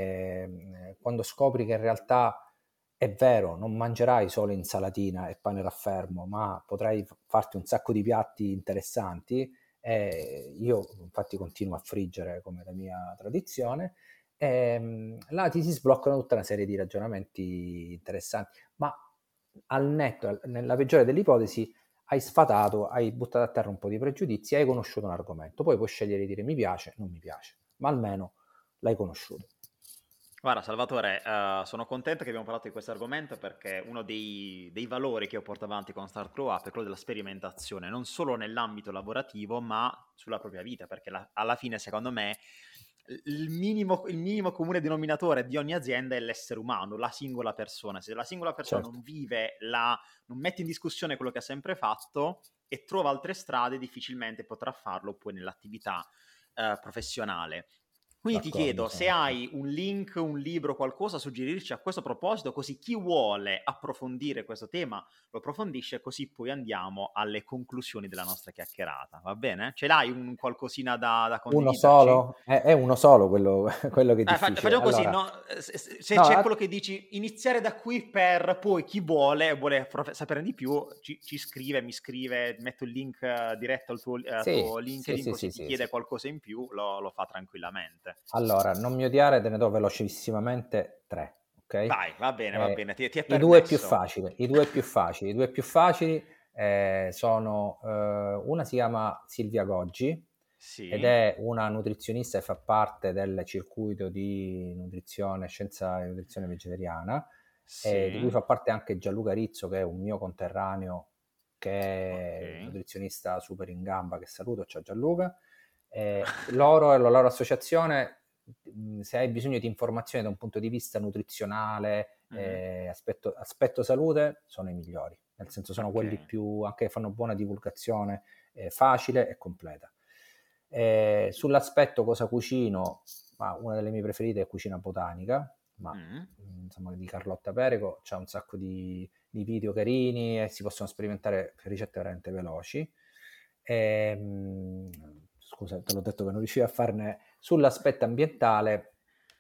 ehm, quando scopri che in realtà è vero, non mangerai solo insalatina e pane raffermo, ma potrai f- farti un sacco di piatti interessanti. E io infatti continuo a friggere come la mia tradizione. E, là ti si sbloccano tutta una serie di ragionamenti interessanti, ma al netto, nella peggiore delle ipotesi, hai sfatato, hai buttato a terra un po' di pregiudizi, hai conosciuto un argomento, poi puoi scegliere di dire mi piace, non mi piace, ma almeno l'hai conosciuto. Guarda, Salvatore, eh, sono contento che abbiamo parlato di questo argomento perché uno dei, dei valori che io porto avanti con Start Grow Up è quello della sperimentazione, non solo nell'ambito lavorativo, ma sulla propria vita, perché la- alla fine, secondo me, il minimo, il minimo comune denominatore di ogni azienda è l'essere umano, la singola persona. Se la singola persona Certo. non vive, la, non mette in discussione quello che ha sempre fatto e trova altre strade, difficilmente potrà farlo poi nell'attività eh, professionale. Quindi ti D'accordo, chiedo sono se d'accordo. hai un link, un libro, qualcosa a suggerirci a questo proposito, così chi vuole approfondire questo tema lo approfondisce, così poi andiamo alle conclusioni della nostra chiacchierata, va bene? Ce l'hai un qualcosina da, da Uno condividerci? solo? È, è uno solo quello, quello che è Eh, fa- difficile. facciamo così, Allora, no? Se, se- se no, c'è quello a- che dici, iniziare da qui per poi chi vuole, vuole prof- sapere di più, ci, ci scrive, mi scrive, metto il link eh, diretto al tuo, eh, al sì, tuo sì, LinkedIn, sì, così sì, ti sì, chiede sì. qualcosa in più, lo, lo fa tranquillamente. Allora, non mi odiare, te ne do velocissimamente tre, ok? Vai, va bene, va Eh, bene, ti, ti è i due più permesso. facili, i due più facili, i due più facili eh, sono, eh, una si chiama Silvia Goggi ed Sì, è una nutrizionista che fa parte del circuito di nutrizione, scienza e nutrizione vegetariana, eh, di cui sì, fa parte anche Gianluca Rizzo, che è un mio conterraneo, che è un ok. nutrizionista super in gamba, che saluto, ciao Gianluca. Eh, loro e la loro associazione, mh, se hai bisogno di informazioni da un punto di vista nutrizionale, Mhm, eh, aspetto, aspetto salute, sono i migliori, nel senso sono ok. quelli più, anche che fanno buona divulgazione, eh, facile e completa. Eh, sull'aspetto cosa cucino, ma una delle mie preferite è cucina botanica, ma Mm, mh, insomma di Carlotta Perico, c'è un sacco di, di video carini e si possono sperimentare ricette veramente veloci. Ehm, scusa, te l'ho detto che non riuscivo a farne. Sull'aspetto ambientale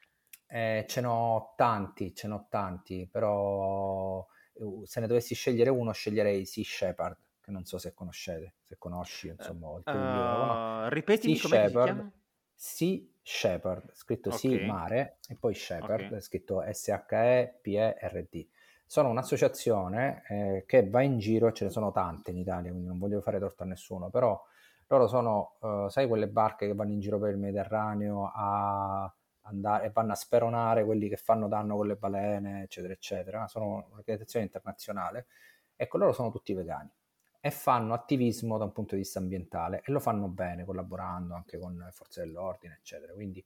eh, ce n'ho tanti, ce n'ho tanti, però eh, se ne dovessi scegliere uno, sceglierei Sea Shepherd, che non so se conoscete, se conosci, Eh, insomma, il tuo libro, lo conosci. uh, Sea ripetimi com'è che si Shepherd, chiama? Sea Shepherd, scritto Ok, Sea mare e poi ok. Shepherd, scritto S H E P E R D. Sono un'associazione eh, che va in giro, ce ne sono tante in Italia, quindi non voglio fare torto a nessuno, però loro sono, eh, sai, quelle barche che vanno in giro per il Mediterraneo a andare, e vanno a speronare quelli che fanno danno con le balene, eccetera, eccetera. Sono un'organizzazione internazionale. Ecco, loro sono tutti vegani e fanno attivismo da un punto di vista ambientale e lo fanno bene, collaborando anche con le forze dell'ordine, eccetera. Quindi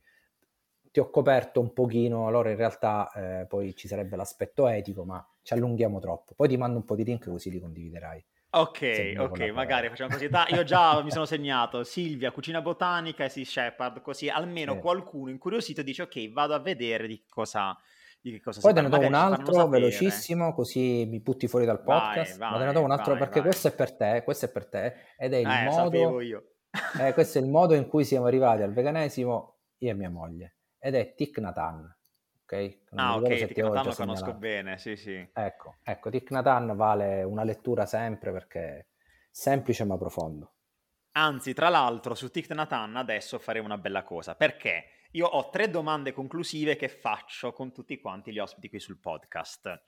ti ho coperto un pochino, allora in realtà eh, poi ci sarebbe l'aspetto etico, ma ci allunghiamo troppo. Poi ti mando un po' di link così li condividerai, se Ok, vuoi ok, magari collaborare. facciamo così. Da- io già mi sono segnato Silvia, cucina botanica e Sea Shepherd, così almeno Sì. qualcuno incuriosito dice ok, vado a vedere di che cosa, di che cosa si Poi te parla. ne do un Magari ci faranno altro sapere. velocissimo, così mi butti fuori dal Vai, podcast, ma te ne do vai, un altro vai, perché vai. questo è per te, questo è per te, ed è il Eh, sapevo modo, io. eh, questo è il modo in cui siamo arrivati al veganesimo io e mia moglie, ed è Thich Nhat Hanh, ok? Non mi Ah, ricordo ok, se Thich ti Nhat avevo Hanh già lo conosco segnalato. bene, sì, sì. Ecco, ecco, Thich Nhat Hanh vale una lettura sempre perché è semplice ma profondo. Anzi, tra l'altro, su Thich Nhat Hanh adesso faremo una bella cosa, perché io ho tre domande conclusive che faccio con tutti quanti gli ospiti qui sul podcast.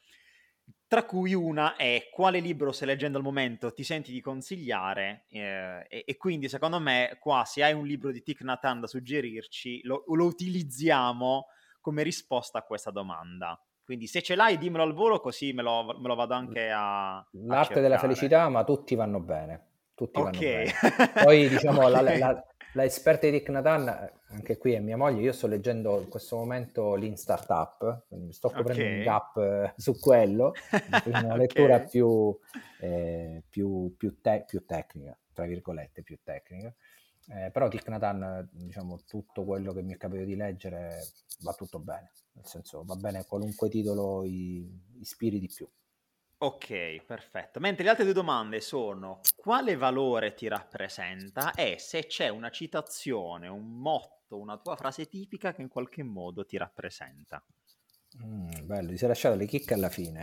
Tra cui una è quale libro stai leggendo al momento ti senti di consigliare eh, e, e quindi secondo me qua se hai un libro di Thich Nhat Hanh da suggerirci lo, lo utilizziamo come risposta a questa domanda. Quindi se ce l'hai dimmelo al volo così me lo, me lo vado anche a, a L'arte della cercare. felicità, ma tutti vanno bene, tutti Ok, vanno bene. Poi diciamo la, ok, la, la esperta di Thich Nhat Hanh, anche qui è mia moglie, io sto leggendo in questo momento Lean Startup, quindi mi sto ok, coprendo un gap eh, su quello, sto facendo una ok. lettura più, eh, più, più, te- più tecnica, tra virgolette, più tecnica. Eh, però Thich Nhat Hanh, diciamo, tutto quello che mi è capitato di leggere va tutto bene, nel senso va bene qualunque titolo i- ispiri di più. Ok, perfetto. Mentre le altre due domande sono quale valore ti rappresenta e se c'è una citazione, un motto, una tua frase tipica che in qualche modo ti rappresenta. Mm, bello, ti sei lasciato le chicche alla fine.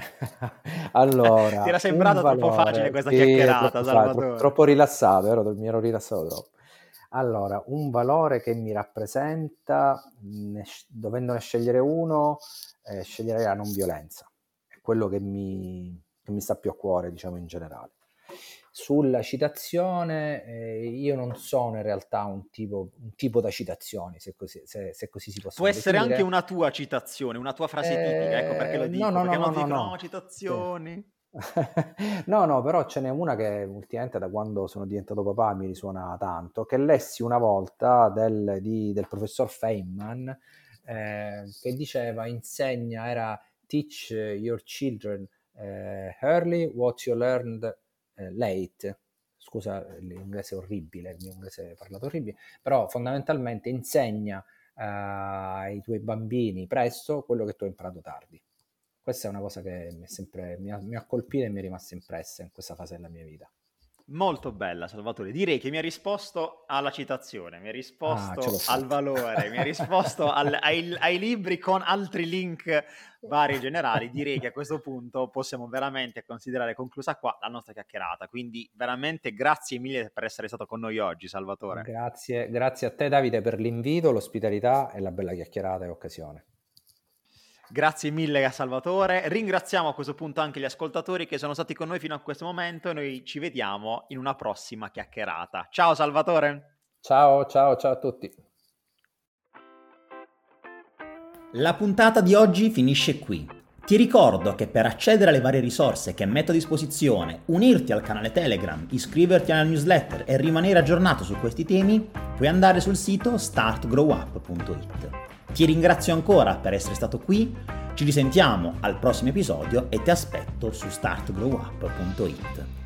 Ti Allora, era un sembrata troppo facile valore, questa sì, è chiacchierata, troppo, fa- tro- Salvatore. troppo rilassato, ero, mi ero rilassato troppo. Allora, un valore che mi rappresenta, ne sc- dovendone scegliere uno, eh, sceglierei la non violenza. È quello che mi, che mi sta più a cuore, diciamo, in generale. Sulla citazione, eh, io non sono in realtà un tipo, un tipo da citazioni, se così, se se così si Può possono essere anche definire. una tua citazione, una tua frase tipica, ecco perché lo Eh, no, dico, no, no, perché no, molti no, dicono, oh, no. Sì. citazioni. No, no, però ce n'è una che ultimamente da quando sono diventato papà mi risuona tanto, che lessi una volta del, di- del professor Feynman, eh, che diceva, insegna, era teach your children eh, early what you learned eh, late. Scusa, l'inglese è orribile, il mio inglese è parlato orribile, però fondamentalmente insegna eh, ai tuoi bambini presto quello che tu hai imparato tardi. Questa è una cosa che mi, è sempre, mi, ha, mi ha colpito e mi è rimasta impressa in questa fase della mia vita. Molto bella, Salvatore. Direi che mi ha risposto alla citazione, mi ha Ah, ce l'ho risposto al fatta. valore, mi ha risposto al- ai, ai libri con altri link vari e generali. Direi che a questo punto possiamo veramente considerare conclusa qua la nostra chiacchierata. Quindi veramente grazie mille per essere stato con noi oggi, Salvatore. Grazie, grazie a te Davide per l'invito, l'ospitalità e la bella chiacchierata e occasione. Grazie mille a Salvatore. Ringraziamo a questo punto anche gli ascoltatori che sono stati con noi fino a questo momento e noi ci vediamo in una prossima chiacchierata. Ciao Salvatore! Ciao, ciao, ciao a tutti. La puntata di oggi finisce qui. Ti ricordo che per accedere alle varie risorse che metto a disposizione, unirti al canale Telegram, iscriverti alla newsletter e rimanere aggiornato su questi temi, puoi andare sul sito start grow up punto it. Ti ringrazio ancora per essere stato qui, ci risentiamo al prossimo episodio e ti aspetto su start grow up punto it.